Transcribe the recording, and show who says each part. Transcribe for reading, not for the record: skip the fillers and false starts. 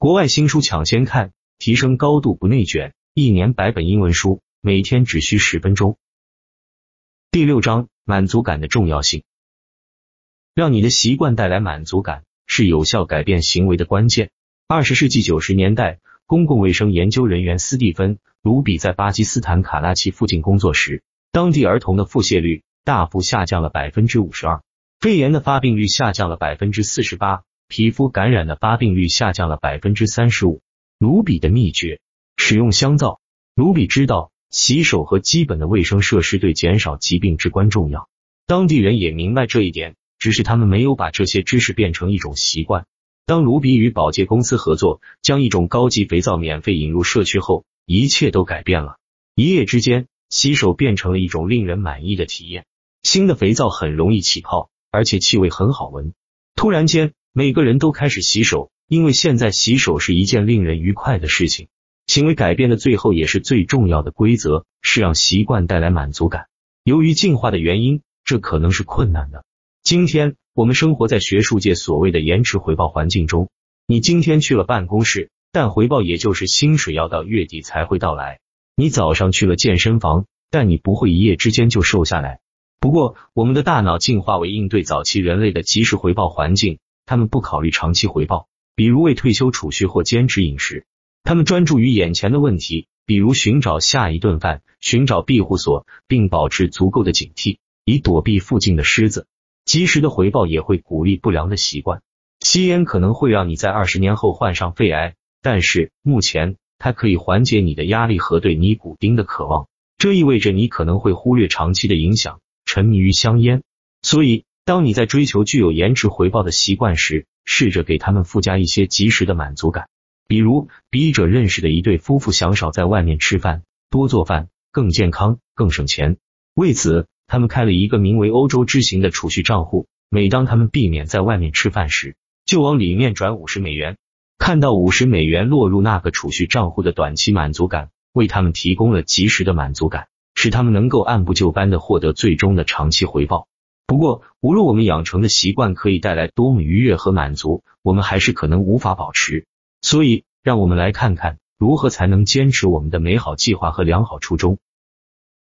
Speaker 1: 国外新书抢先看，提升高度不内卷，1年100本英文书，每天只需10分钟。第6章，满足感的重要性。让你的习惯带来满足感，是有效改变行为的关键。20世纪90年代，公共卫生研究人员斯蒂芬·卢比在巴基斯坦卡拉奇附近工作时，当地儿童的腹泻率大幅下降了 52%， 肺炎的发病率下降了 48%， 皮肤感染的发病率下降了 35%。 卢比的秘诀：使用香皂。卢比知道洗手和基本的卫生设施对减少疾病至关重要，当地人也明白这一点，只是他们没有把这些知识变成一种习惯。当卢比与保洁公司合作，将一种高级肥皂免费引入社区后，一切都改变了。一夜之间，洗手变成了一种令人满意的体验。新的肥皂很容易起泡，而且气味很好闻。突然间，每个人都开始洗手，因为现在洗手是一件令人愉快的事情。行为改变的最后也是最重要的规则，是让习惯带来满足感。由于进化的原因，这可能是困难的。今天我们生活在学术界所谓的延迟回报环境中，你今天去了办公室，但回报也就是薪水要到月底才会到来。你早上去了健身房，但你不会一夜之间就瘦下来。不过我们的大脑进化为应对早期人类的及时回报环境，他们不考虑长期回报，比如为退休储蓄或坚持饮食。他们专注于眼前的问题，比如寻找下一顿饭，寻找庇护所，并保持足够的警惕，以躲避附近的狮子。及时的回报也会鼓励不良的习惯。吸烟可能会让你在20年后患上肺癌，但是目前它可以缓解你的压力和对尼古丁的渴望。这意味着你可能会忽略长期的影响，沉迷于香烟。所以当你在追求具有延迟回报的习惯时，试着给他们附加一些及时的满足感。比如笔者认识的一对夫妇想少在外面吃饭，多做饭，更健康，更省钱。为此他们开了一个名为欧洲之行的储蓄账户，每当他们避免在外面吃饭时，就往里面转$50。看到$50落入那个储蓄账户的短期满足感，为他们提供了及时的满足感，使他们能够按部就班地获得最终的长期回报。不过无论我们养成的习惯可以带来多么愉悦和满足，我们还是可能无法保持。所以让我们来看看如何才能坚持我们的美好计划和良好初衷。